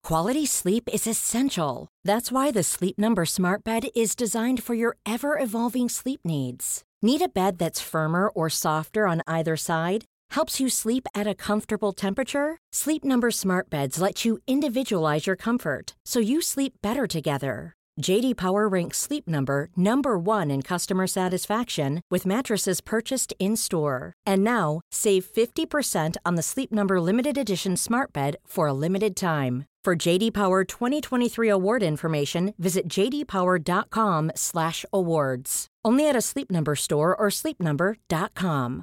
Quality sleep is essential. That's why the Sleep Number Smart Bed is designed for your ever-evolving sleep needs. Need a bed that's firmer or softer on either side? Helps you sleep at a comfortable temperature? Sleep Number Smart Beds let you individualize your comfort, so you sleep better together. J.D. Power ranks Sleep Number number 1 in customer satisfaction with mattresses purchased in-store. And now, save 50% on the Sleep Number Limited Edition Smart Bed for a limited time. For J.D. Power 2023 award information, visit jdpower.com/awards. Only at a Sleep Number store or sleepnumber.com.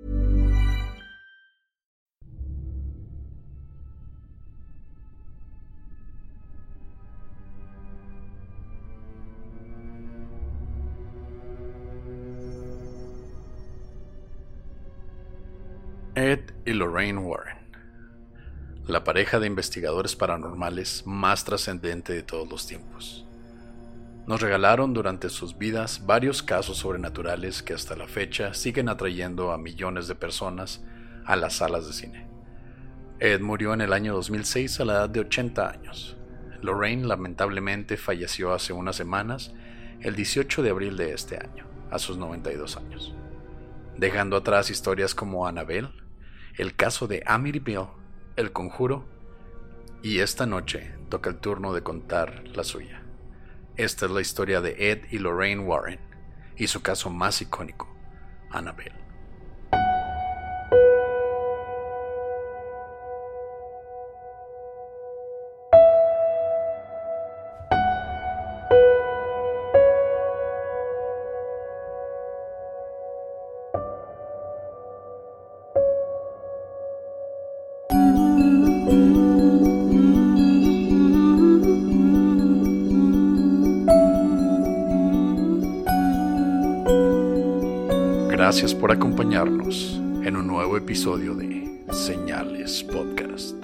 Ed y Lorraine Warren, la pareja de investigadores paranormales más trascendente de todos los tiempos. Nos regalaron durante sus vidas varios casos sobrenaturales que hasta la fecha siguen atrayendo a millones de personas a las salas de cine. Ed murió en el año 2006 a la edad de 80 años. Lorraine lamentablemente falleció hace unas semanas, el 18 de abril de este año, a sus 92 años, dejando atrás historias como Annabelle, el caso de Amityville, El Conjuro, y esta noche toca el turno de contar la suya. Esta es la historia de Ed y Lorraine Warren y su caso más icónico, Annabelle. Gracias por acompañarnos en un nuevo episodio de Señales Podcast.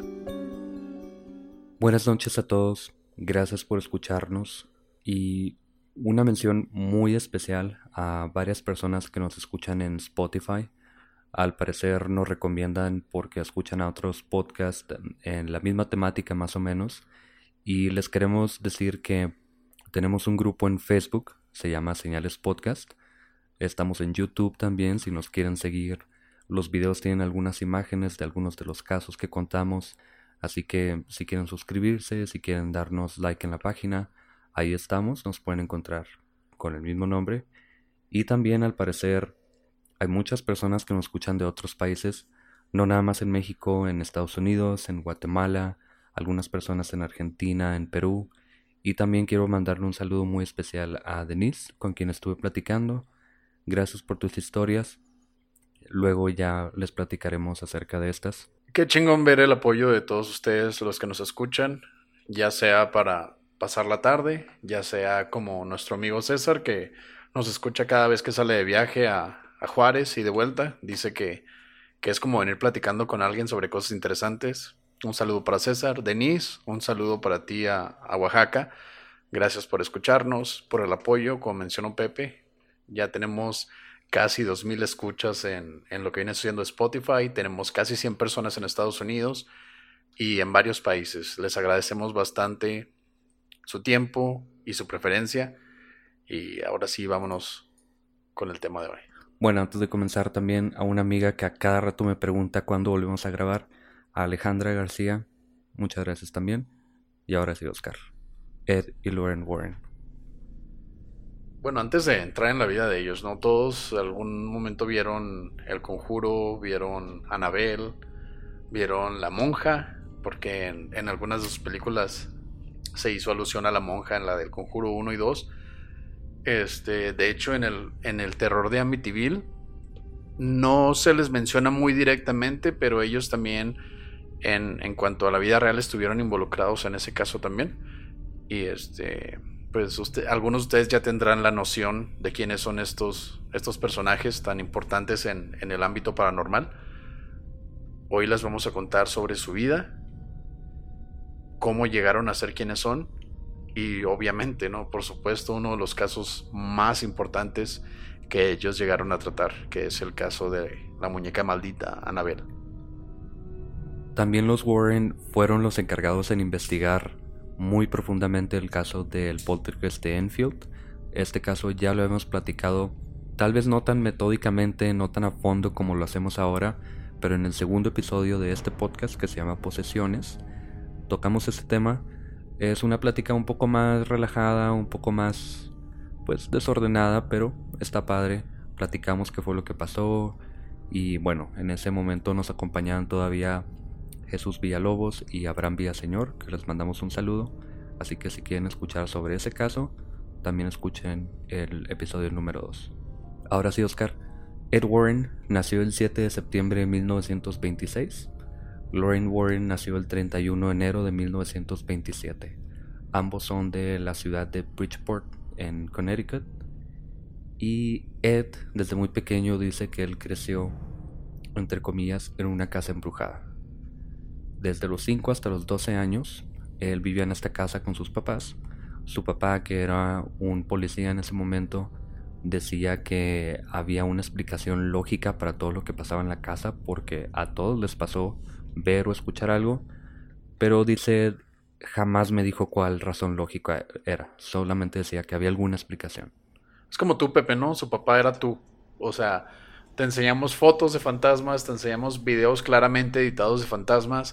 Buenas noches a todos, gracias por escucharnos y una mención muy especial a varias personas que nos escuchan en Spotify. Al parecer nos recomiendan porque escuchan a otros podcasts en la misma temática más o menos, y les queremos decir que tenemos un grupo en Facebook, se llama Señales Podcast. Estamos en YouTube también, si nos quieren seguir. Los videos tienen algunas imágenes de algunos de los casos que contamos, así que si quieren suscribirse, si quieren darnos like en la página, ahí estamos, nos pueden encontrar con el mismo nombre. Y también al parecer hay muchas personas que nos escuchan de otros países, no nada más en México, en Estados Unidos, en Guatemala, algunas personas en Argentina, en Perú. Y también quiero mandarle un saludo muy especial a Denise, con quien estuve platicando. Gracias por tus historias. Luego ya les platicaremos acerca de estas. Qué chingón ver el apoyo de todos ustedes, los que nos escuchan, ya sea para pasar la tarde, ya sea como nuestro amigo César, que nos escucha cada vez que sale de viaje a Juárez y de vuelta. Dice que es como venir platicando con alguien sobre cosas interesantes. Un saludo para César. Denise, un saludo para ti a Oaxaca. Gracias por escucharnos, por el apoyo, como mencionó Pepe. Ya tenemos casi 2,000 escuchas en lo que viene siendo Spotify. Tenemos casi 100 personas en Estados Unidos y en varios países. Les agradecemos bastante su tiempo y su preferencia. Y ahora sí, vámonos con el tema de hoy. Bueno, antes de comenzar también a una amiga que a cada rato me pregunta cuándo volvemos a grabar, a Alejandra García, muchas gracias también. Y ahora sí, Oscar. Ed y Lorraine Warren. Bueno, antes de entrar en la vida de ellos, ¿no? Todos en algún momento vieron El Conjuro, vieron Annabelle, vieron La Monja, porque en algunas de sus películas se hizo alusión a la monja en la del Conjuro 1 y 2. De hecho, en el terror de Amityville no se les menciona muy directamente, pero ellos también en cuanto a la vida real estuvieron involucrados en ese caso también. Y pues algunos de ustedes ya tendrán la noción de quiénes son estos personajes tan importantes en el ámbito paranormal. Hoy les vamos a contar sobre su vida, cómo llegaron a ser quienes son y obviamente, ¿no? Por supuesto, uno de los casos más importantes que ellos llegaron a tratar, que es el caso de la muñeca maldita Annabelle. También los Warren fueron los encargados en investigar muy profundamente el caso del poltergeist de Enfield. Este caso ya lo hemos platicado, tal vez no tan metódicamente, no tan a fondo como lo hacemos ahora, pero en el segundo episodio de este podcast, que se llama Posesiones, tocamos ese tema. Es una plática un poco más relajada, un poco más pues desordenada, pero está padre. Platicamos qué fue lo que pasó y bueno, en ese momento nos acompañaban todavía Jesús Villalobos y Abraham Villaseñor, que les mandamos un saludo. Así que si quieren escuchar sobre ese caso, también escuchen el episodio número 2. Ahora sí, Oscar. Ed Warren nació el 7 de septiembre de 1926. Lorraine Warren nació el 31 de enero de 1927. Ambos son de la ciudad de Bridgeport, en Connecticut. Y Ed, desde muy pequeño, dice que él creció, entre comillas, en una casa embrujada. Desde los 5 hasta los 12 años, él vivía en esta casa con sus papás. Su papá, que era un policía en ese momento, decía que había una explicación lógica para todo lo que pasaba en la casa, porque a todos les pasó ver o escuchar algo, pero dice, jamás me dijo cuál razón lógica era, solamente decía que había alguna explicación. Es como tú, Pepe, ¿no? Su papá era tú. O sea, te enseñamos fotos de fantasmas, te enseñamos videos claramente editados de fantasmas.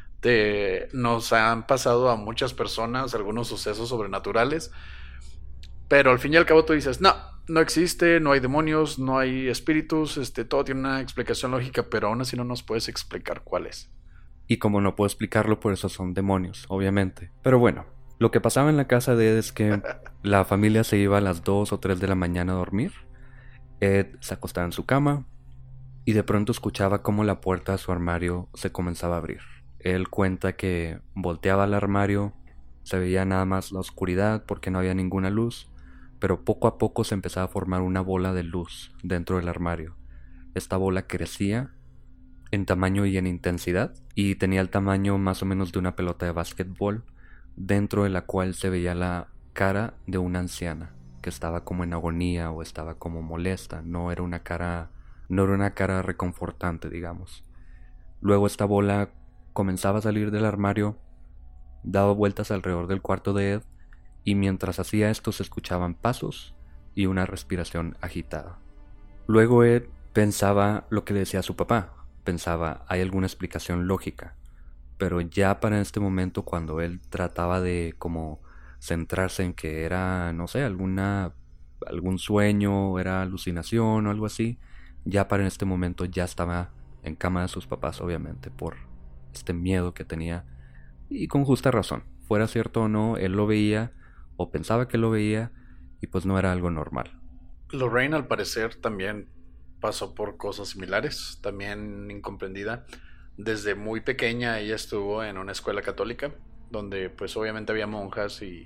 Nos han pasado a muchas personas algunos sucesos sobrenaturales. Pero al fin y al cabo tú dices, no, no existe, no hay demonios, no hay espíritus, todo tiene una explicación lógica, pero aún así no nos puedes explicar cuál es. Y como no puedo explicarlo, por eso son demonios, obviamente. Pero bueno, lo que pasaba en la casa de Ed es que la familia se iba a las 2 o 3 de la mañana a dormir. Ed se acostaba en su cama y de pronto escuchaba cómo la puerta de su armario se comenzaba a abrir. Él cuenta que volteaba al armario, se veía nada más la oscuridad porque no había ninguna luz, pero poco a poco se empezaba a formar una bola de luz dentro del armario. Esta bola crecía en tamaño y en intensidad y tenía el tamaño más o menos de una pelota de básquetbol, dentro de la cual se veía la cara de una anciana que estaba como en agonía o estaba como molesta. No era una cara reconfortante, digamos. Luego esta bola comenzaba a salir del armario, daba vueltas alrededor del cuarto de Ed, y mientras hacía esto se escuchaban pasos y una respiración agitada. Luego Ed pensaba lo que le decía su papá. Pensaba, hay alguna explicación lógica. Pero ya para este momento, cuando él trataba de como centrarse en que era, no sé, algún sueño, era alucinación o algo así, ya para este momento ya estaba en cama de sus papás, obviamente, por este miedo que tenía. Y con justa razón, fuera cierto o no, él lo veía o pensaba que lo veía y pues no era algo normal. Lorraine al parecer también pasó por cosas similares, también incomprendida. Desde muy pequeña ella estuvo en una escuela católica donde pues obviamente había monjas y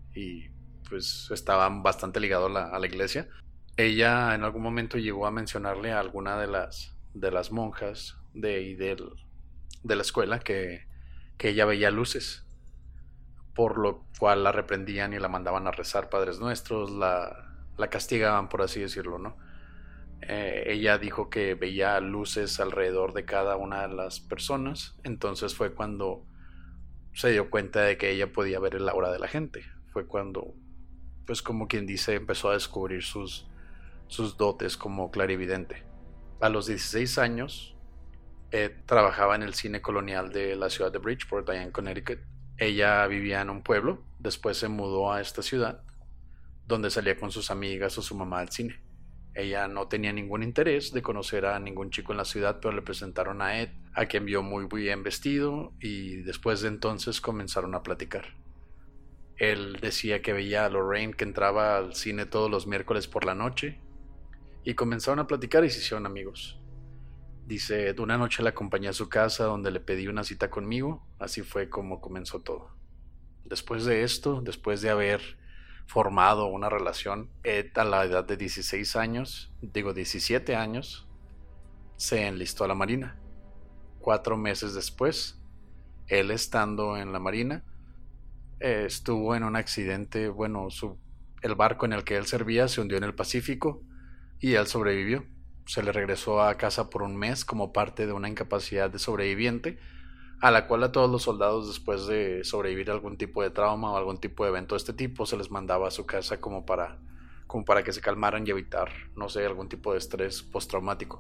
pues estaban bastante ligados a la iglesia. Ella en algún momento llegó a mencionarle a alguna de las monjas de la escuela que ella veía luces, por lo cual la reprendían y la mandaban a rezar Padres Nuestros, la castigaban, por así decirlo, ¿no? Ella dijo que veía luces alrededor de cada una de las personas. Entonces fue cuando se dio cuenta de que ella podía ver el aura de la gente. Fue cuando, pues como quien dice, empezó a descubrir sus dotes como clarividente. A los 16 años, Ed trabajaba en el cine colonial de la ciudad de Bridgeport, allá en Connecticut. Ella vivía en un pueblo, después se mudó a esta ciudad, donde salía con sus amigas o su mamá al cine. Ella no tenía ningún interés de conocer a ningún chico en la ciudad, pero le presentaron a Ed, a quien vio muy bien vestido, y después de entonces comenzaron a platicar. Él decía que veía a Lorraine que entraba al cine todos los miércoles por la noche, y comenzaron a platicar y se hicieron amigos. Dice, una noche la acompañé a su casa donde le pedí una cita conmigo, así fue como comenzó todo. Después de esto, después de haber formado una relación, Ed a la edad de 17 años, se enlistó a la Marina. 4 meses después, él estando en la Marina, estuvo en un accidente, el barco en el que él servía se hundió en el Pacífico y él sobrevivió. Se le regresó a casa por un mes como parte de una incapacidad de sobreviviente, a la cual a todos los soldados, después de sobrevivir a algún tipo de trauma o algún tipo de evento de este tipo, se les mandaba a su casa como para que se calmaran y evitar, no sé, algún tipo de estrés postraumático.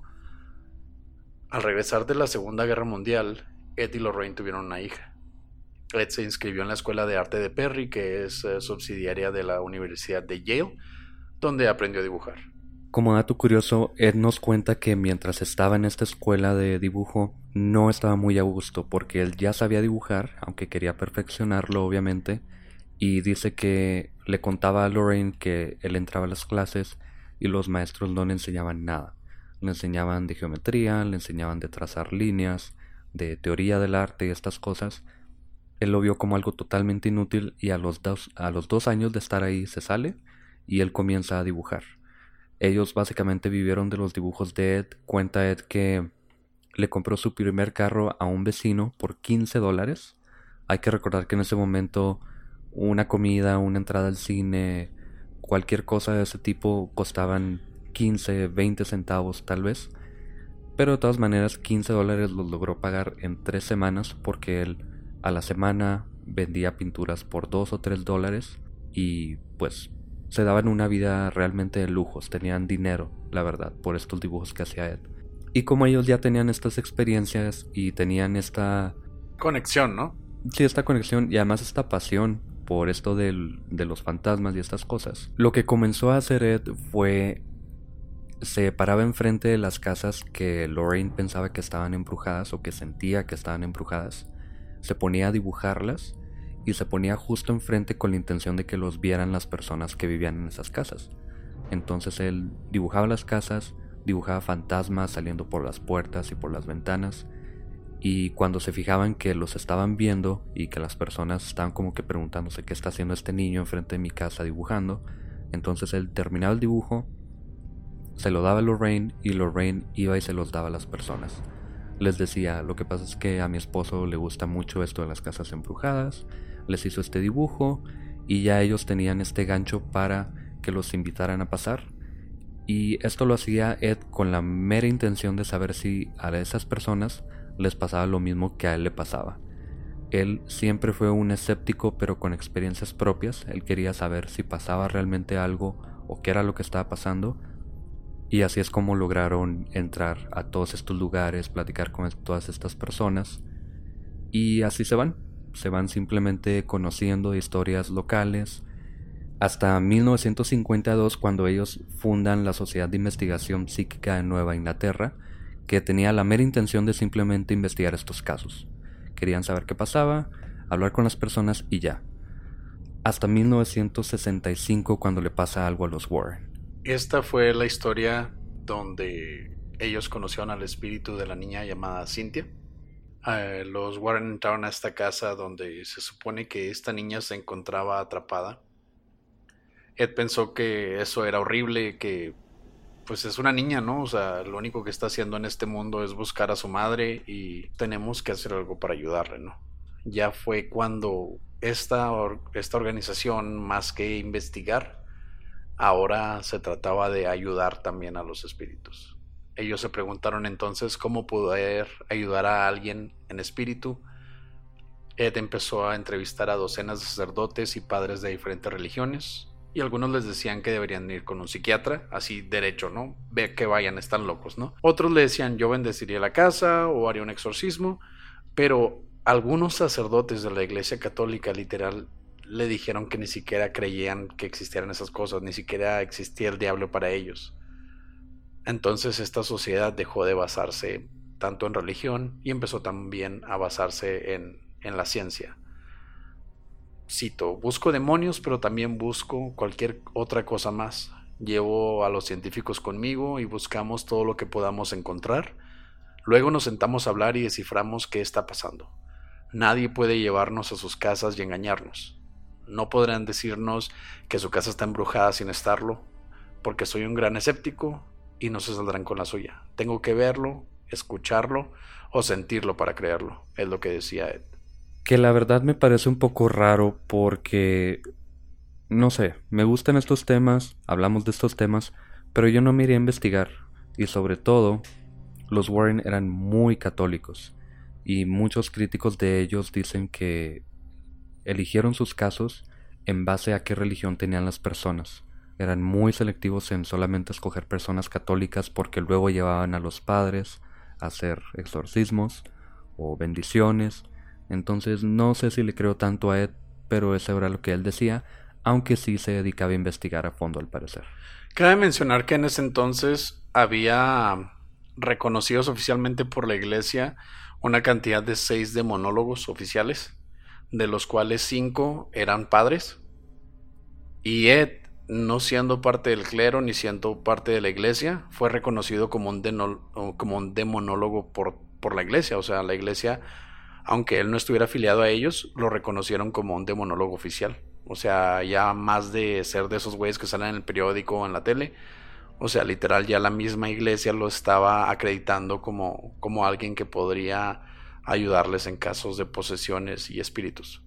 Al regresar de la Segunda Guerra Mundial, Ed y Lorraine tuvieron una hija. Ed se inscribió en la Escuela de Arte de Perry, que es subsidiaria de la Universidad de Yale, donde aprendió a dibujar. Como dato curioso, Ed nos cuenta que mientras estaba en esta escuela de dibujo no estaba muy a gusto porque él ya sabía dibujar, aunque quería perfeccionarlo obviamente, y dice que le contaba a Lorraine que él entraba a las clases y los maestros no le enseñaban nada. Le enseñaban de geometría, le enseñaban de trazar líneas, de teoría del arte y estas cosas. Él lo vio como algo totalmente inútil y a los 2 años de estar ahí se sale y él comienza a dibujar. Ellos básicamente vivieron de los dibujos de Ed. Cuenta Ed que le compró su primer carro a un vecino por $15. Hay que recordar que en ese momento una comida, una entrada al cine, cualquier cosa de ese tipo costaban 15, 20 centavos tal vez. Pero de todas maneras $15 los logró pagar en 3 semanas porque él a la semana vendía pinturas por $2 o $3 y pues se daban una vida realmente de lujos, tenían dinero, la verdad, por estos dibujos que hacía Ed. Y como ellos ya tenían estas experiencias y tenían esta conexión, ¿no? Sí, esta conexión y además esta pasión por esto de los fantasmas y estas cosas. Lo que comenzó a hacer Ed fue se paraba enfrente de las casas que Lorraine pensaba que estaban embrujadas o que sentía que estaban embrujadas. Se ponía a dibujarlas y se ponía justo enfrente con la intención de que los vieran las personas que vivían en esas casas. Entonces él dibujaba las casas, dibujaba fantasmas saliendo por las puertas y por las ventanas, y cuando se fijaban que los estaban viendo y que las personas estaban como que preguntándose qué está haciendo este niño enfrente de mi casa dibujando, entonces él terminaba el dibujo, se lo daba a Lorraine y Lorraine iba y se los daba a las personas. Les decía, lo que pasa es que a mi esposo le gusta mucho esto de las casas embrujadas, les hizo este dibujo y ya ellos tenían este gancho para que los invitaran a pasar. Y esto lo hacía Ed con la mera intención de saber si a esas personas les pasaba lo mismo que a él le pasaba. Él siempre fue un escéptico pero con experiencias propias. Él quería saber si pasaba realmente algo o qué era lo que estaba pasando. Y así es como lograron entrar a todos estos lugares, platicar con todas estas personas. Y así se van simplemente conociendo historias locales. Hasta 1952, cuando ellos fundan la Sociedad de Investigación Psíquica de Nueva Inglaterra, que tenía la mera intención de simplemente investigar estos casos. Querían saber qué pasaba, hablar con las personas y ya. Hasta 1965, cuando le pasa algo a los Warren. Esta fue la historia donde ellos conocieron al espíritu de la niña llamada Cynthia. Los Warren entraron a esta casa donde se supone que esta niña se encontraba atrapada. Ed pensó que eso era horrible, que pues es una niña, ¿no? O sea, lo único que está haciendo en este mundo es buscar a su madre y tenemos que hacer algo para ayudarle, ¿no? Ya fue cuando esta organización, más que investigar, ahora se trataba de ayudar también a los espíritus. Ellos se preguntaron entonces cómo poder ayudar a alguien en espíritu. Ed empezó a entrevistar a docenas de sacerdotes y padres de diferentes religiones, y algunos les decían que deberían ir con un psiquiatra, así derecho, ¿no? Ve que vayan, están locos, ¿no? Otros le decían, yo bendeciría la casa o haría un exorcismo, pero algunos sacerdotes de la Iglesia Católica literal le dijeron que ni siquiera creían que existieran esas cosas, ni siquiera existía el diablo para ellos. Entonces esta sociedad dejó de basarse tanto en religión y empezó también a basarse en la ciencia. Cito, busco demonios, pero también busco cualquier otra cosa más. Llevo a los científicos conmigo y buscamos todo lo que podamos encontrar. Luego nos sentamos a hablar y desciframos qué está pasando. Nadie puede llevarnos a sus casas y engañarnos. No podrán decirnos que su casa está embrujada sin estarlo, porque soy un gran escéptico y no se saldrán con la suya. Tengo que verlo, escucharlo o sentirlo para creerlo, es lo que decía Ed. Que la verdad me parece un poco raro porque, no sé, me gustan estos temas, hablamos de estos temas, pero yo no me iría a investigar. Y sobre todo, los Warren eran muy católicos. y muchos críticos de ellos dicen que eligieron sus casos en base a qué religión tenían las personas. Eran muy selectivos en solamente escoger personas católicas porque luego llevaban a los padres a hacer exorcismos o bendiciones. Entonces no sé si le creo tanto a Ed, pero eso era lo que él decía, aunque sí se dedicaba a investigar a fondo al parecer. Cabe mencionar que en ese entonces había reconocidos oficialmente por la iglesia una cantidad de 6 demonólogos oficiales, de los cuales 5 eran padres, y Ed, no siendo parte del clero ni siendo parte de la iglesia, fue reconocido como un demonólogo por la iglesia. O sea, la iglesia, aunque él no estuviera afiliado a ellos, lo reconocieron como un demonólogo oficial. O sea, ya más de ser de esos güeyes que salen en el periódico o en la tele, o sea, literal ya la misma iglesia lo estaba acreditando como alguien que podría ayudarles en casos de posesiones y espíritus.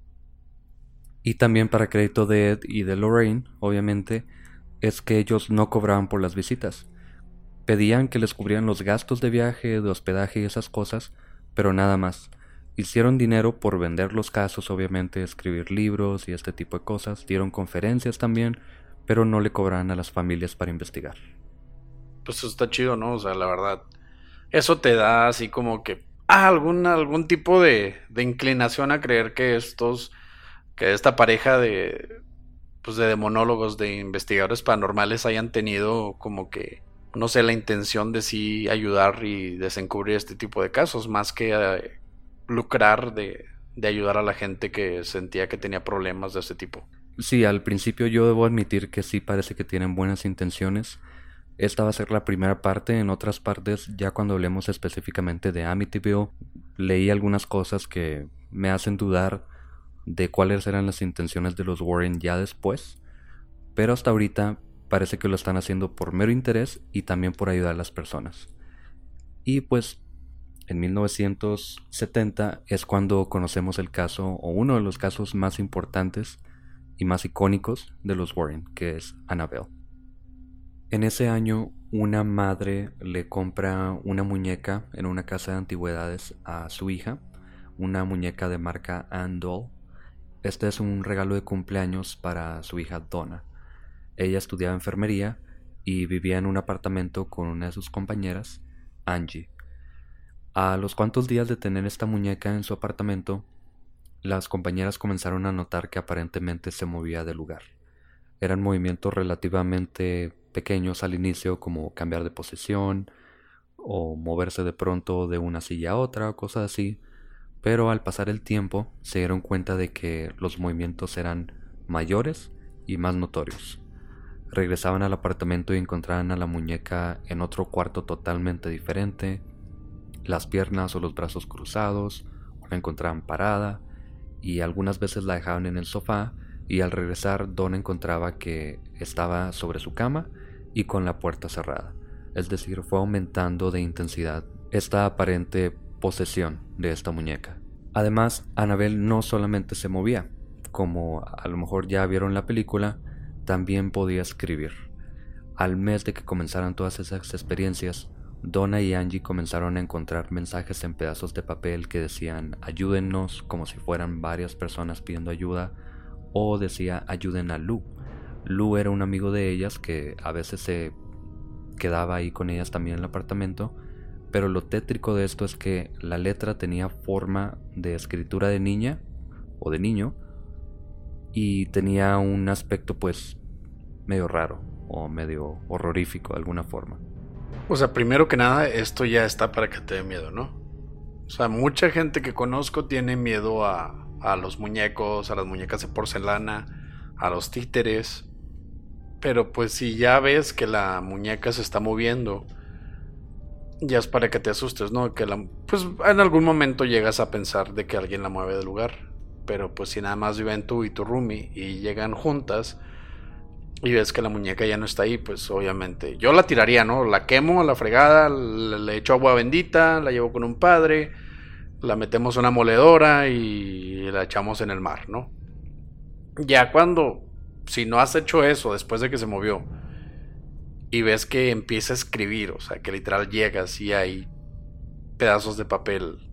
Y también para crédito de Ed y de Lorraine, obviamente, es que ellos no cobraban por las visitas. Pedían que les cubrieran los gastos de viaje, de hospedaje y esas cosas, pero nada más. Hicieron dinero por vender los casos, obviamente, escribir libros y este tipo de cosas. Dieron conferencias también, pero no le cobraban a las familias para investigar. Pues eso está chido, ¿no? O sea, la verdad, eso te da así como que algún tipo de inclinación a creer que esta pareja pues de demonólogos, de investigadores paranormales hayan tenido como que, no sé, la intención de sí ayudar y desencubrir este tipo de casos, más que lucrar de ayudar a la gente que sentía que tenía problemas de este tipo. Sí, al principio yo debo admitir que sí parece que tienen buenas intenciones. Esta va a ser la primera parte. En otras partes, ya cuando hablemos específicamente de Amityville, leí algunas cosas que me hacen dudar de cuáles eran las intenciones de los Warren ya después, pero hasta ahorita parece que lo están haciendo por mero interés y también por ayudar a las personas. Y pues en 1970 es cuando conocemos el caso, o uno de los casos más importantes y más icónicos de los Warren, que es Annabelle. En ese año, una madre le compra una muñeca en una casa de antigüedades a su hija, una muñeca de marca Ann Doll. Este es un regalo de cumpleaños para su hija Donna. Ella estudiaba enfermería y vivía en un apartamento con una de sus compañeras, Angie. A los cuantos días de tener esta muñeca en su apartamento, las compañeras comenzaron a notar que aparentemente se movía de lugar. Eran movimientos relativamente pequeños al inicio, como cambiar de posición o moverse de pronto de una silla a otra o cosas así, pero al pasar el tiempo se dieron cuenta de que los movimientos eran mayores y más notorios. Regresaban al apartamento y encontraban a la muñeca en otro cuarto totalmente diferente, las piernas o los brazos cruzados, o la encontraban parada, y algunas veces la dejaban en el sofá, y al regresar Donna encontraba que estaba sobre su cama y con la puerta cerrada. Es decir, fue aumentando de intensidad esta aparente posesión de esta muñeca. Además, Annabelle no solamente se movía, como a lo mejor ya vieron la película, también podía escribir. Al mes de que comenzaran todas esas experiencias, Donna y Angie comenzaron a encontrar mensajes en pedazos de papel que decían ayúdennos, como si fueran varias personas pidiendo ayuda, o decía ayuden a Lou. Lou era un amigo de ellas que a veces se quedaba ahí con ellas también en el apartamento, pero lo tétrico de esto es que la letra tenía forma de escritura de niña o de niño y tenía un aspecto pues medio raro o medio horrorífico de alguna forma. O sea, primero que nada, esto ya está para que te dé miedo, ¿no? O sea, mucha gente que conozco tiene miedo a los muñecos, a las muñecas de porcelana, a los títeres. Pero pues si ya ves que la muñeca se está moviendo, ya es para que te asustes, ¿no? Pues en algún momento llegas a pensar de que alguien la mueve del lugar. Pero pues si nada más viven tú y tu roomie y llegan juntas y ves que la muñeca ya no está ahí, pues obviamente yo la tiraría, ¿no? La quemo a la fregada, le echo agua bendita, la llevo con un padre, la metemos en una moledora y la echamos en el mar, ¿no? Ya si no has hecho eso después de que se movió y ves que empieza a escribir, o sea, que literal llegas y hay pedazos de papel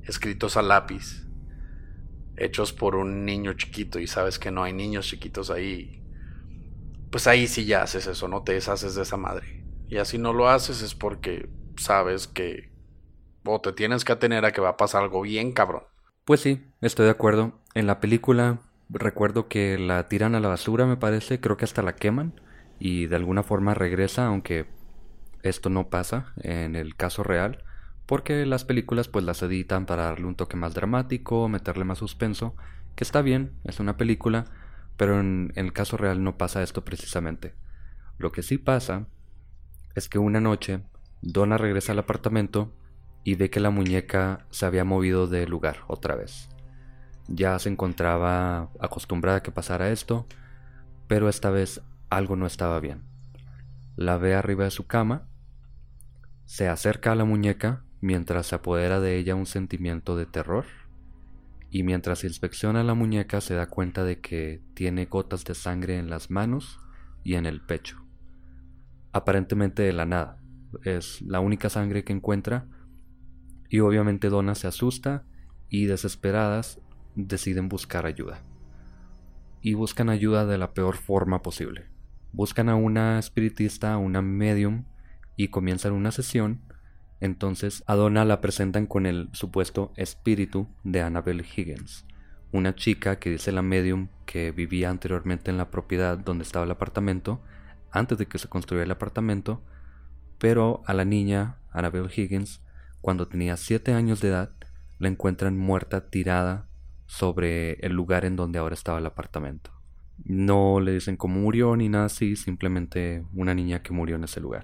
escritos a lápiz, hechos por un niño chiquito, y sabes que no hay niños chiquitos ahí, pues ahí sí ya haces eso, no te deshaces de esa madre. Y así no lo haces es porque sabes que o te tienes que atener a que va a pasar algo bien cabrón. Pues sí, estoy de acuerdo. En la película recuerdo que la tiran a la basura, me parece, creo que hasta la queman y de alguna forma regresa, aunque esto no pasa en el caso real, porque las películas pues las editan para darle un toque más dramático, meterle más suspenso, que está bien, es una película, pero en el caso real no pasa esto precisamente. Lo que sí pasa es que una noche Donna regresa al apartamento y ve que la muñeca se había movido de lugar otra vez. Ya se encontraba acostumbrada a que pasara esto, pero esta vez algo no estaba bien. La ve arriba de su cama, se acerca a la muñeca mientras se apodera de ella un sentimiento de terror, y mientras inspecciona la muñeca se da cuenta de que tiene gotas de sangre en las manos y en el pecho. Aparentemente de la nada, es la única sangre que encuentra, y obviamente Donna se asusta y desesperadas deciden buscar ayuda. Y buscan ayuda de la peor forma posible. Buscan a una espiritista, a una medium, y comienzan una sesión. Entonces a Donna la presentan con el supuesto espíritu de Annabelle Higgins, una chica que dice la medium que vivía anteriormente en la propiedad donde estaba el apartamento, antes de que se construyera el apartamento, pero a la niña, Annabelle Higgins, cuando tenía 7 años de edad, la encuentran muerta tirada sobre el lugar en donde ahora estaba el apartamento. No le dicen cómo murió ni nada así, simplemente una niña que murió en ese lugar.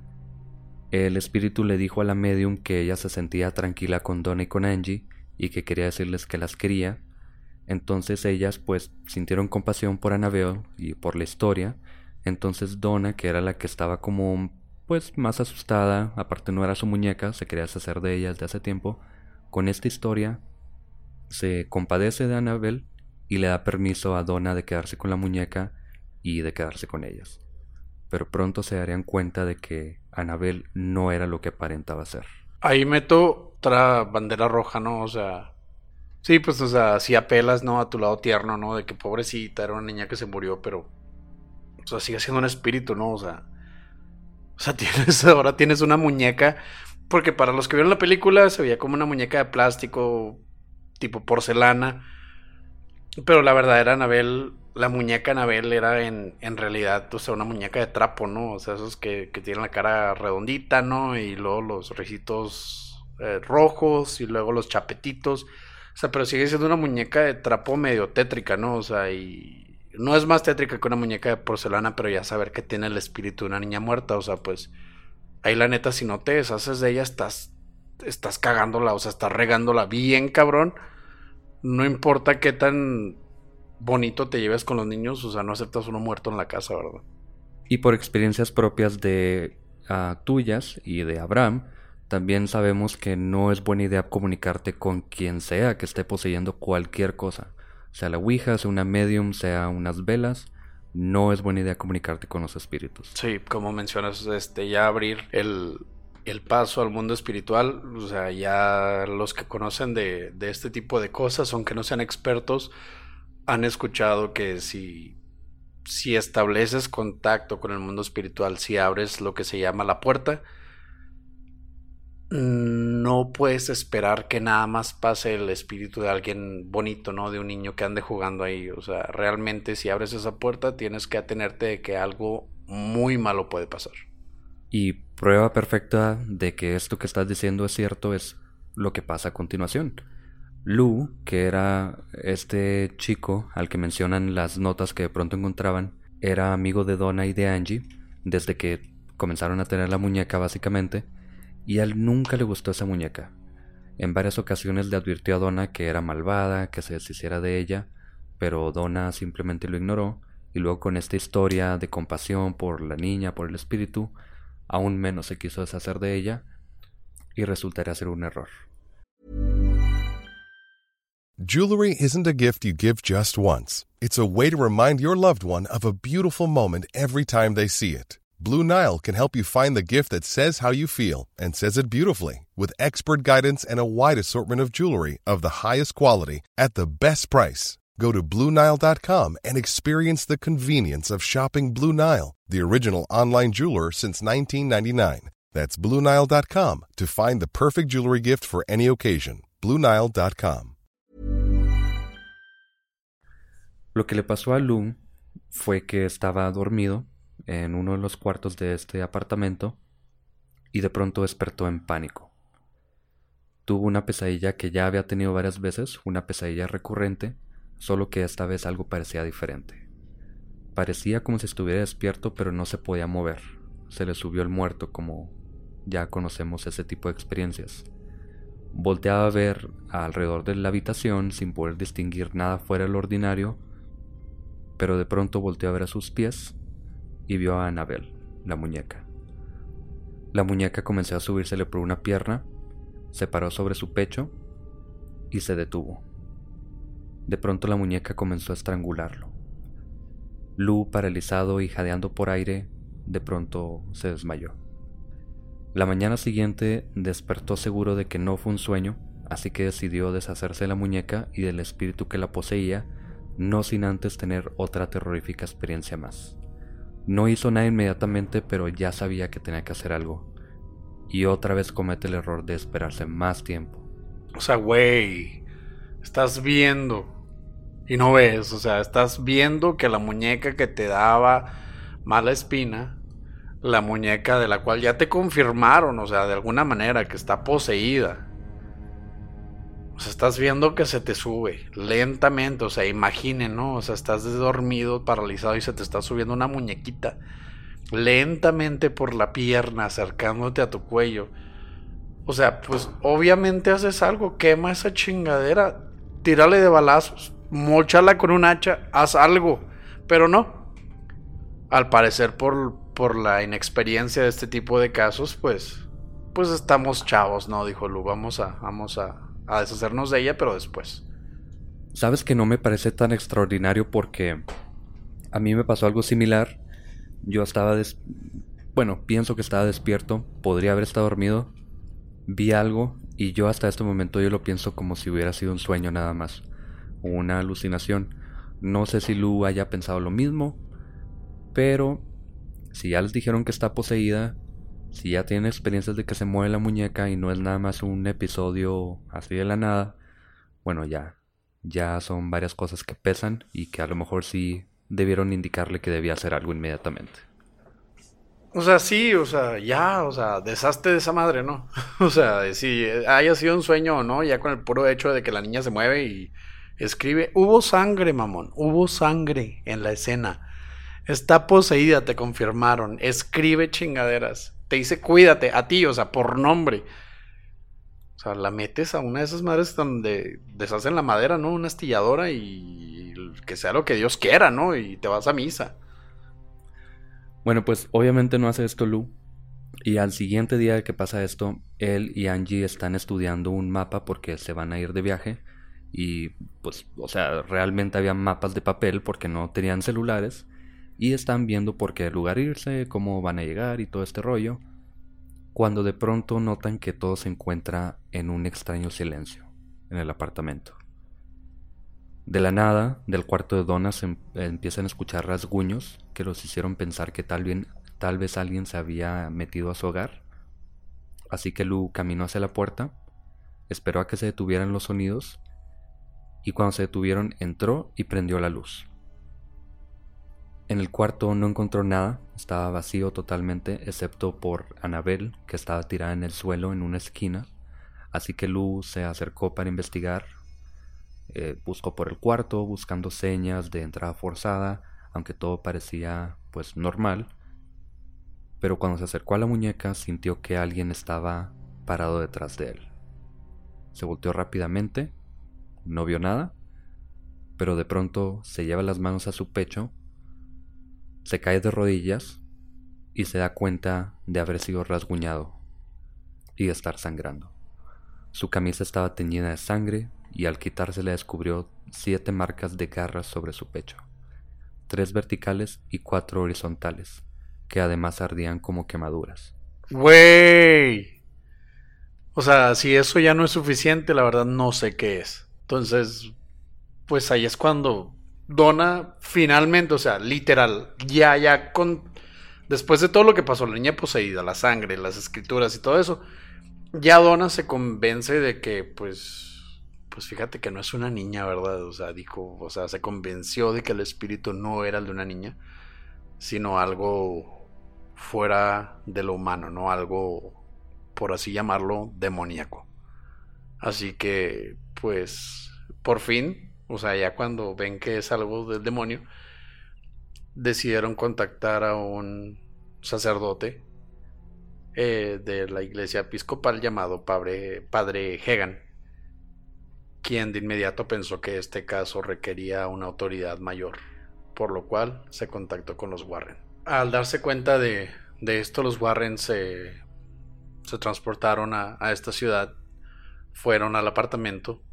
El espíritu le dijo a la medium que ella se sentía tranquila con Donna y con Angie y que quería decirles que las quería. Entonces ellas pues sintieron compasión por Annabelle y por la historia. Entonces Donna, que era la que estaba como pues más asustada, aparte no era su muñeca, se quería deshacer de ella desde hace tiempo, con esta historia se compadece de Annabelle y le da permiso a Donna de quedarse con la muñeca y de quedarse con ellas. Pero pronto se darían cuenta de que Annabelle no era lo que aparentaba ser. Ahí meto otra bandera roja, ¿no? O sea, sí, pues, o sea, si apelas, ¿no? A tu lado tierno, ¿no? De que pobrecita, era una niña que se murió, pero, o sea, sigue siendo un espíritu, ¿no? O sea, ahora tienes una muñeca, porque para los que vieron la película se veía como una muñeca de plástico, tipo porcelana, pero la verdadera Annabelle, la muñeca Annabelle era en realidad, o sea, una muñeca de trapo, ¿no? O sea, esos que tienen la cara redondita, ¿no? Y luego los ricitos rojos y luego los chapetitos. O sea, pero sigue siendo una muñeca de trapo medio tétrica, ¿no? O sea, y no es más tétrica que una muñeca de porcelana, pero ya saber que tiene el espíritu de una niña muerta, o sea, pues ahí la neta, si no te deshaces de ella, estás cagándola, o sea, estás regándola bien cabrón. No importa qué tan bonito te lleves con los niños, o sea, no aceptas uno muerto en la casa, ¿verdad? Y por experiencias propias de tuyas y de Abraham, también sabemos que no es buena idea comunicarte con quien sea que esté poseyendo cualquier cosa. Sea la ouija, sea una medium, sea unas velas, no es buena idea comunicarte con los espíritus. Sí, como mencionas, ya abrir el paso al mundo espiritual, o sea, ya los que conocen de este tipo de cosas, aunque no sean expertos, han escuchado que si estableces contacto con el mundo espiritual, si abres lo que se llama la puerta, no puedes esperar que nada más pase el espíritu de alguien bonito, ¿no? De un niño que ande jugando ahí. O sea, realmente si abres esa puerta tienes que atenerte de que algo muy malo puede pasar. Y prueba perfecta de que esto que estás diciendo es cierto es lo que pasa a continuación. Lou, que era este chico al que mencionan las notas que de pronto encontraban, era amigo de Donna y de Angie desde que comenzaron a tener la muñeca básicamente, y a él nunca le gustó esa muñeca. En varias ocasiones le advirtió a Donna que era malvada, que se deshiciera de ella, pero Donna simplemente lo ignoró, y luego con esta historia de compasión por la niña, por el espíritu, aún menos se quiso deshacer de ella, y resultaría ser un error. Jewelry isn't a gift you give just once. It's a way to remind your loved one of a beautiful moment every time they see it. Blue Nile can help you find the gift that says how you feel and says it beautifully, with expert guidance and a wide assortment of jewelry of the highest quality at the best price. Go to BlueNile.com and experience the convenience of shopping Blue Nile, the original online jeweler since 1999. That's BlueNile.com to find the perfect jewelry gift for any occasion. BlueNile.com. Lo que le pasó a Lou fue que estaba dormido en uno de los cuartos de este apartamento y de pronto despertó en pánico. Tuvo una pesadilla que ya había tenido varias veces, una pesadilla recurrente, solo que esta vez algo parecía diferente. Parecía como si estuviera despierto, pero no se podía mover. Se le subió el muerto, como ya conocemos ese tipo de experiencias. Volteaba a ver alrededor de la habitación sin poder distinguir nada fuera de lo ordinario, pero de pronto volteó a ver a sus pies y vio a Annabelle, la muñeca. La muñeca comenzó a subírsele por una pierna, se paró sobre su pecho y se detuvo. De pronto la muñeca comenzó a estrangularlo. Lou, paralizado y jadeando por aire, de pronto se desmayó. La mañana siguiente despertó seguro de que no fue un sueño, así que decidió deshacerse de la muñeca y del espíritu que la poseía, no sin antes tener otra terrorífica experiencia más. No hizo nada inmediatamente, pero ya sabía que tenía que hacer algo. Y otra vez comete el error de esperarse más tiempo. O sea, güey, estás viendo y no ves, o sea, estás viendo que la muñeca que te daba mala espina, la muñeca de la cual ya te confirmaron, o sea, de alguna manera que está poseída. O sea, estás viendo que se te sube lentamente, o sea, imaginen, ¿no? O sea, estás dormido, paralizado y se te está subiendo una muñequita lentamente por la pierna, acercándote a tu cuello. O sea, pues obviamente haces algo, quema esa chingadera, tírale de balazos, móchala con un hacha, haz algo, pero no. Al parecer por la inexperiencia de este tipo de casos, pues estamos chavos, ¿no? Dijo Lu, vamos a deshacernos de ella, pero después. ¿Sabes que no me parece tan extraordinario? Porque a mí me pasó algo similar. Yo estaba pienso que estaba despierto, podría haber estado dormido, vi algo y yo hasta este momento yo lo pienso como si hubiera sido un sueño nada más, o una alucinación. No sé si Lu haya pensado lo mismo, pero si ya les dijeron que está poseída, si ya tienen experiencias de que se mueve la muñeca y no es nada más un episodio así de la nada, bueno, ya son varias cosas que pesan y que a lo mejor sí debieron indicarle que debía hacer algo inmediatamente. O sea, sí, o sea, ya, o sea, deshazte de esa madre, ¿no? O sea, si haya sido un sueño o no, ya con el puro hecho de que la niña se mueve y escribe, hubo sangre, mamón, hubo sangre en la escena. Está poseída, te confirmaron. Escribe chingaderas. Te dice cuídate, a ti, o sea, por nombre. O sea, la metes a una de esas madres donde deshacen la madera, ¿no? Una astilladora y que sea lo que Dios quiera, ¿no? Y te vas a misa. Bueno, pues obviamente no hace esto Lu. Y al siguiente día que pasa esto, él y Angie están estudiando un mapa porque se van a ir de viaje. Y pues, o sea, realmente había mapas de papel porque no tenían celulares. Y están viendo por qué lugar irse, cómo van a llegar y todo este rollo, cuando de pronto notan que todo se encuentra en un extraño silencio en el apartamento. De la nada, del cuarto de Donna se empiezan a escuchar rasguños que los hicieron pensar que tal vez alguien se había metido a su hogar. Así que Lu caminó hacia la puerta, esperó a que se detuvieran los sonidos y cuando se detuvieron entró y prendió la luz. En el cuarto no encontró nada, estaba vacío totalmente, excepto por Annabelle, que estaba tirada en el suelo en una esquina. Así que Lu se acercó para investigar, buscó por el cuarto, buscando señas de entrada forzada, aunque todo parecía pues normal. Pero cuando se acercó a la muñeca sintió que alguien estaba parado detrás de él. Se volteó rápidamente, no vio nada, pero de pronto se lleva las manos a su pecho, se cae de rodillas y se da cuenta de haber sido rasguñado y de estar sangrando. Su camisa estaba teñida de sangre y al quitársela descubrió 7 marcas de garras sobre su pecho, 3 verticales y 4 horizontales, que además ardían como quemaduras. Güey. O sea, si eso ya no es suficiente, la verdad no sé qué es. Entonces, pues ahí es cuando Donna finalmente, o sea, literal, ya después de todo lo que pasó, la niña poseída, la sangre, las escrituras y todo eso, ya Donna se convence de que, pues fíjate que no es una niña, ¿verdad? O sea, dijo, o sea, se convenció de que el espíritu no era el de una niña, sino algo fuera de lo humano, ¿no? Algo, por así llamarlo, demoníaco. Así que, pues, por fin, o sea, ya cuando ven que es algo del demonio, decidieron contactar a un sacerdote de la iglesia episcopal llamado Padre Hegan, quien de inmediato pensó que este caso requería una autoridad mayor, por lo cual se contactó con los Warren. Al darse cuenta de esto, los Warren se transportaron a esta ciudad, fueron al apartamento,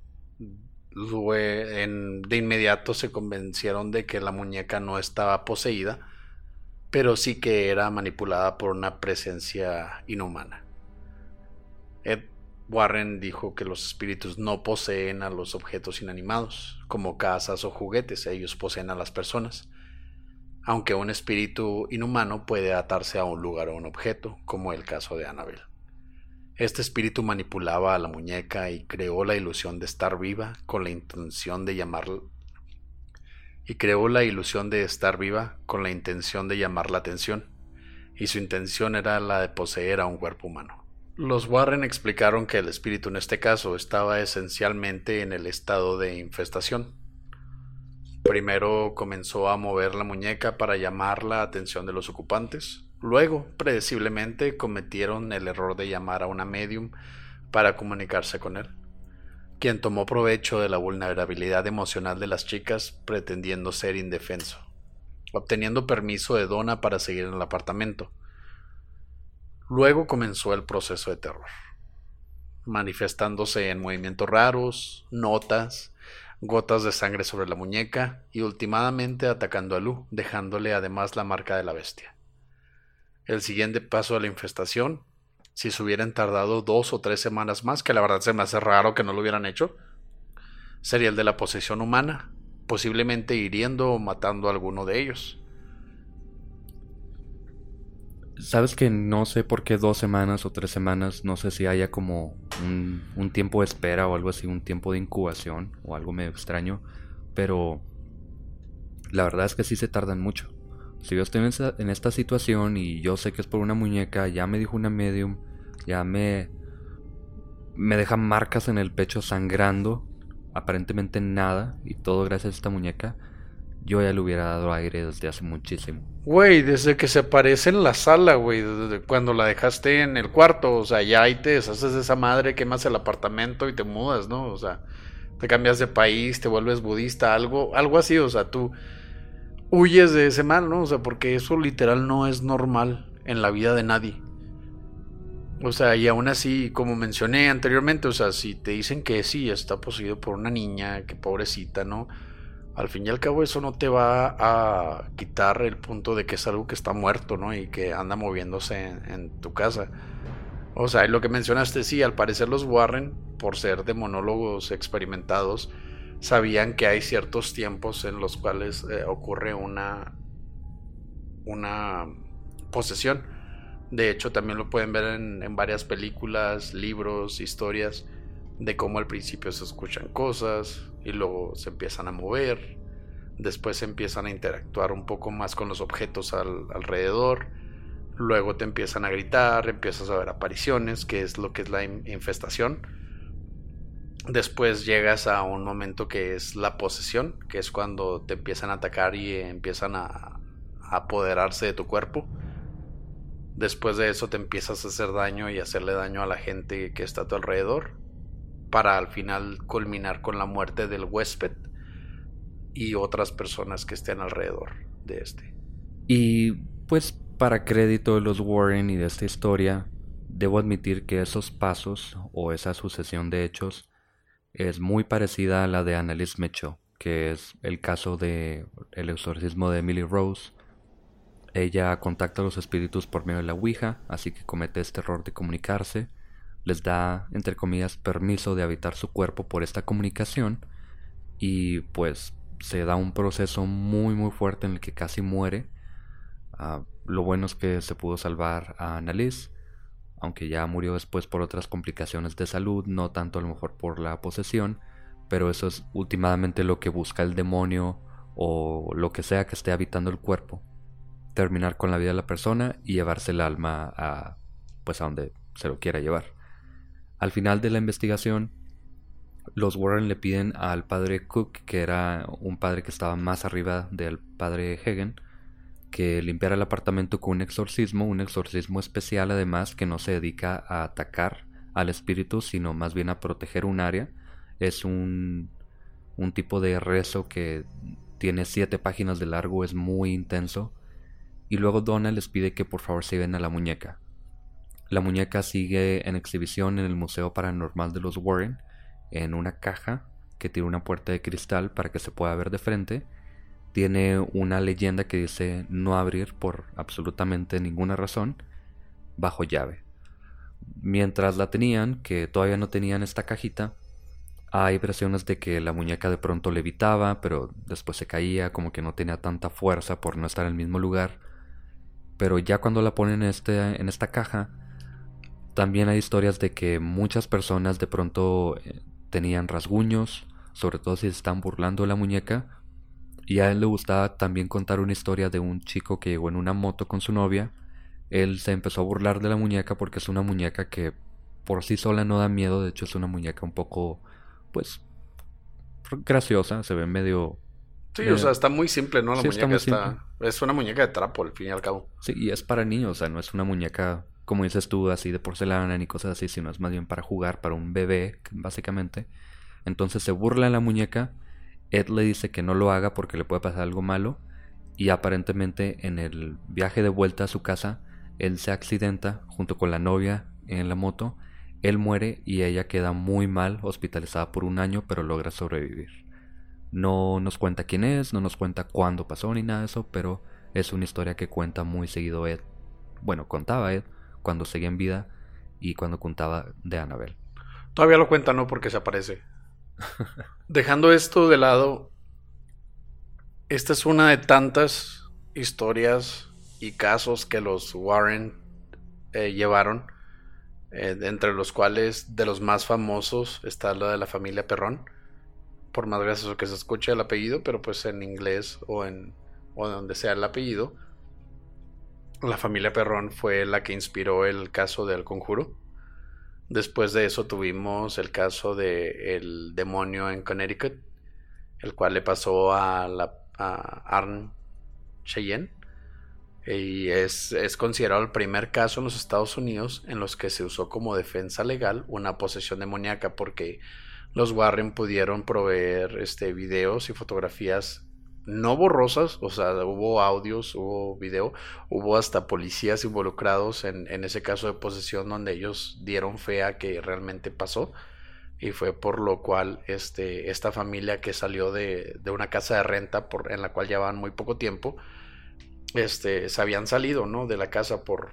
de inmediato se convencieron de que la muñeca no estaba poseída, pero sí que era manipulada por una presencia inhumana. Ed Warren dijo que los espíritus no poseen a los objetos inanimados, como casas o juguetes, ellos poseen a las personas, aunque un espíritu inhumano puede atarse a un lugar o un objeto, como el caso de Annabelle. Este espíritu manipulaba a la muñeca y creó la ilusión de estar viva con la intención de llamar la atención, y su intención era la de poseer a un cuerpo humano. Los Warren explicaron que el espíritu en este caso estaba esencialmente en el estado de infestación. Primero comenzó a mover la muñeca para llamar la atención de los ocupantes. Luego, predeciblemente, cometieron el error de llamar a una medium para comunicarse con él, quien tomó provecho de la vulnerabilidad emocional de las chicas pretendiendo ser indefenso, obteniendo permiso de Donna para seguir en el apartamento. Luego comenzó el proceso de terror, manifestándose en movimientos raros, notas, gotas de sangre sobre la muñeca y últimamente atacando a Lou, dejándole además la marca de la bestia. El siguiente paso de la infestación, si se hubieran tardado 2 o 3 semanas más, que la verdad se me hace raro que no lo hubieran hecho, sería el de la posesión humana, posiblemente hiriendo o matando a alguno de ellos. Sabes que no sé por qué 2 semanas o 3 semanas, no sé si haya como un tiempo de espera o algo así, un tiempo de incubación o algo medio extraño, pero la verdad es que sí se tardan mucho. Si yo estoy en esta situación y yo sé que es por una muñeca, ya me dijo una medium, ya me deja marcas en el pecho sangrando, aparentemente nada, y todo gracias a esta muñeca, yo ya le hubiera dado aire desde hace muchísimo. Güey, desde que se aparece en la sala, güey, desde cuando la dejaste en el cuarto, o sea, ya ahí te deshaces de esa madre, quemas el apartamento y te mudas, ¿no? O sea, te cambias de país, te vuelves budista, algo así, o sea, tú huyes de ese mal, ¿no? O sea, porque eso literal no es normal en la vida de nadie. O sea, y aún así, como mencioné anteriormente, o sea, si te dicen que sí, está poseído por una niña, que pobrecita, ¿no? Al fin y al cabo eso no te va a quitar el punto de que es algo que está muerto, ¿no? Y que anda moviéndose en tu casa. O sea, y lo que mencionaste, sí, al parecer los Warren, por ser demonólogos experimentados, sabían que hay ciertos tiempos en los cuales ocurre una posesión. De hecho, también lo pueden ver en varias películas, libros, historias, de cómo al principio se escuchan cosas y luego se empiezan a mover, después se empiezan a interactuar un poco más con los objetos alrededor, luego te empiezan a gritar, empiezas a ver apariciones, que es lo que es la infestación. Después llegas a un momento que es la posesión, que es cuando te empiezan a atacar y empiezan a apoderarse de tu cuerpo. Después de eso te empiezas a hacer daño y hacerle daño a la gente que está a tu alrededor, para al final culminar con la muerte del huésped y otras personas que estén alrededor de este. Y pues para crédito de los Warren y de esta historia, debo admitir que esos pasos o esa sucesión de hechos es muy parecida a la de Annalise Mitchell, que es el caso de el exorcismo de Emily Rose, Ella contacta a los espíritus por medio de la Ouija, así que comete este error de comunicarse. Les da, entre comillas, permiso de habitar su cuerpo por esta comunicación. Y pues se da un proceso muy muy fuerte en el que casi muere. Lo bueno es que se pudo salvar a Annalise, aunque ya murió después por otras complicaciones de salud, no tanto a lo mejor por la posesión, pero eso es últimamente lo que busca el demonio o lo que sea que esté habitando el cuerpo: terminar con la vida de la persona y llevarse el alma a donde se lo quiera llevar. Al final de la investigación, los Warren le piden al padre Cook, que era un padre que estaba más arriba del padre Hagen, que limpiara el apartamento con un exorcismo especial, además, que no se dedica a atacar al espíritu, sino más bien a proteger un área. Es un tipo de rezo que tiene 7 páginas de largo, es muy intenso. Y luego Donna les pide que por favor se lleven a la muñeca. La muñeca sigue en exhibición en el Museo Paranormal de los Warren, en una caja que tiene una puerta de cristal para que se pueda ver de frente. Tiene una leyenda que dice no abrir por absolutamente ninguna razón, bajo llave. Mientras la tenían, que todavía no tenían esta cajita, hay versiones de que la muñeca de pronto levitaba, pero después se caía, como que no tenía tanta fuerza por no estar en el mismo lugar. Pero ya cuando la ponen en esta caja, también hay historias de que muchas personas de pronto tenían rasguños, sobre todo si se están burlando de la muñeca. Y a él le gustaba también contar una historia de un chico que llegó en una moto con su novia. Él se empezó a burlar de la muñeca porque es una muñeca que por sí sola no da miedo. De hecho es una muñeca un poco, pues, graciosa. Se ve medio... Sí, o sea, está muy simple, ¿no? La Sí, muñeca es una muñeca de trapo, al fin y al cabo. Sí, y es para niños, o sea, no es una muñeca, como dices tú, así de porcelana ni cosas así, sino es más bien para jugar, para un bebé, básicamente. Entonces se burla de la muñeca. Ed le dice que no lo haga porque le puede pasar algo malo. Y aparentemente en el viaje de vuelta a su casa, él se accidenta junto con la novia en la moto. Él muere y ella queda muy mal, hospitalizada por 1 año, pero logra sobrevivir. No nos cuenta quién es, no nos cuenta cuándo pasó ni nada de eso, pero es una historia que cuenta muy seguido Ed. Bueno, contaba Ed cuando seguía en vida y cuando contaba de Annabelle. Todavía lo cuenta, ¿no? Porque se aparece. Dejando esto de lado, esta es una de tantas historias y casos que los Warren llevaron, entre los cuales de los más famosos está la de la familia Perrón, por más gracioso que se escuche el apellido, pero pues en inglés o donde sea el apellido, la familia Perrón fue la que inspiró el caso del Conjuro. Después de eso tuvimos el caso de el demonio en Connecticut, el cual le pasó a Arne Cheyenne, y es considerado el primer caso en los Estados Unidos en los que se usó como defensa legal una posesión demoníaca, porque los Warren pudieron proveer videos y fotografías no borrosas, o sea, hubo audios, hubo video, hubo hasta policías involucrados en ese caso de posesión, donde ellos dieron fe a que realmente pasó, y fue por lo cual esta familia que salió de una casa de renta en la cual llevaban muy poco tiempo, se habían salido, ¿no?, de la casa por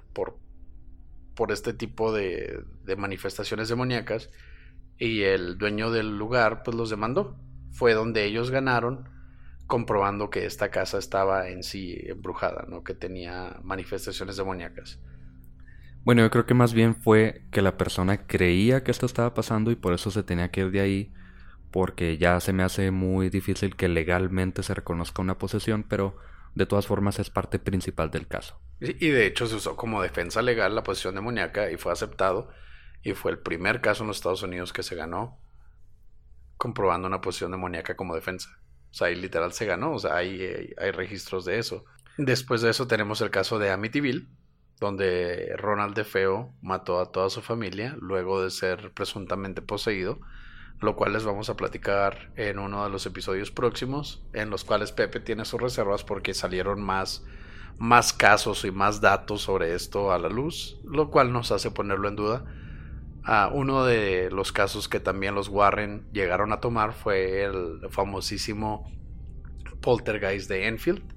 este tipo de manifestaciones demoníacas, y el dueño del lugar pues los demandó. Fue donde ellos ganaron, comprobando que esta casa estaba en sí embrujada, ¿no?, que tenía manifestaciones demoníacas. Bueno, yo creo que más bien fue que la persona creía que esto estaba pasando y por eso se tenía que ir de ahí, porque ya se me hace muy difícil que legalmente se reconozca una posesión, pero de todas formas es parte principal del caso. Y de hecho se usó como defensa legal la posesión demoníaca y fue aceptado, y fue el primer caso en los Estados Unidos que se ganó comprobando una posesión demoníaca como defensa. O sea, ahí literal se ganó, o sea, hay registros de eso. Después de eso tenemos el caso de Amityville, donde Ronald DeFeo mató a toda su familia luego de ser presuntamente poseído, lo cual les vamos a platicar en uno de los episodios próximos, en los cuales Pepe tiene sus reservas porque salieron más casos y más datos sobre esto a la luz, lo cual nos hace ponerlo en duda. Uno de los casos que también los Warren llegaron a tomar fue el famosísimo poltergeist de Enfield,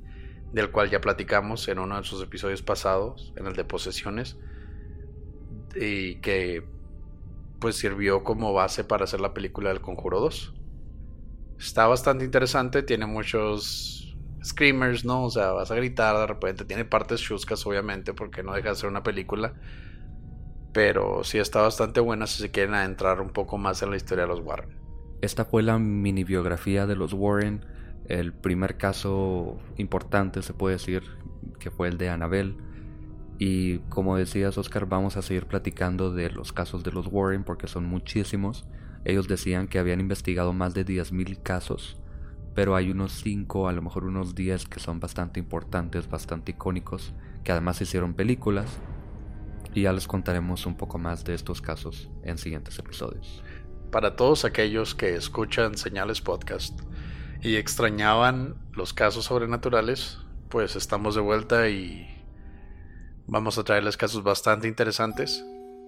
del cual ya platicamos en uno de sus episodios pasados, en el de posesiones, y que pues sirvió como base para hacer la película del Conjuro 2. Está bastante interesante, tiene muchos screamers, ¿no? O sea, vas a gritar de repente, tiene partes chuscas obviamente porque no deja de ser una película, pero sí está bastante buena si se quieren adentrar un poco más en la historia de los Warren. Esta fue la mini biografía de los Warren, el primer caso importante se puede decir que fue el de Annabelle. Y como decías, Oscar, vamos a seguir platicando de los casos de los Warren porque son muchísimos. Ellos decían que habían investigado más de 10,000 casos, pero hay unos 5, a lo mejor unos 10 que son bastante importantes, bastante icónicos, que además hicieron películas. Y ya les contaremos un poco más de estos casos en siguientes episodios. Para todos aquellos que escuchan Señales Podcast y extrañaban los casos sobrenaturales, pues estamos de vuelta y vamos a traerles casos bastante interesantes.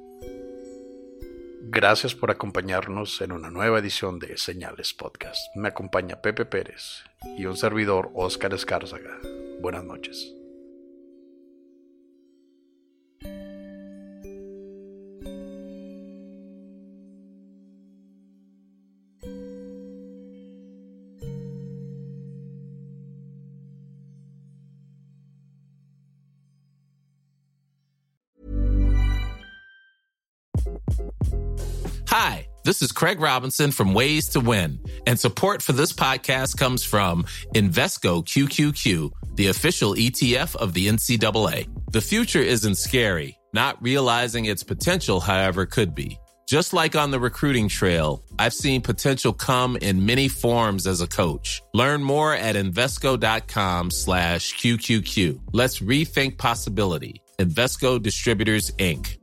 Gracias por acompañarnos en una nueva edición de Señales Podcast. Me acompaña Pepe Pérez y un servidor, Oscar Escárzaga. Buenas noches. Hi, this is Craig Robinson from Ways to Win, and support for this podcast comes from Invesco QQQ, the official ETF of the NCAA. The future isn't scary. Not realizing its potential, however, could be. Just like on the recruiting trail, I've seen potential come in many forms as a coach. Learn more at Invesco.com/QQQ. Let's rethink possibility. Invesco Distributors, Inc.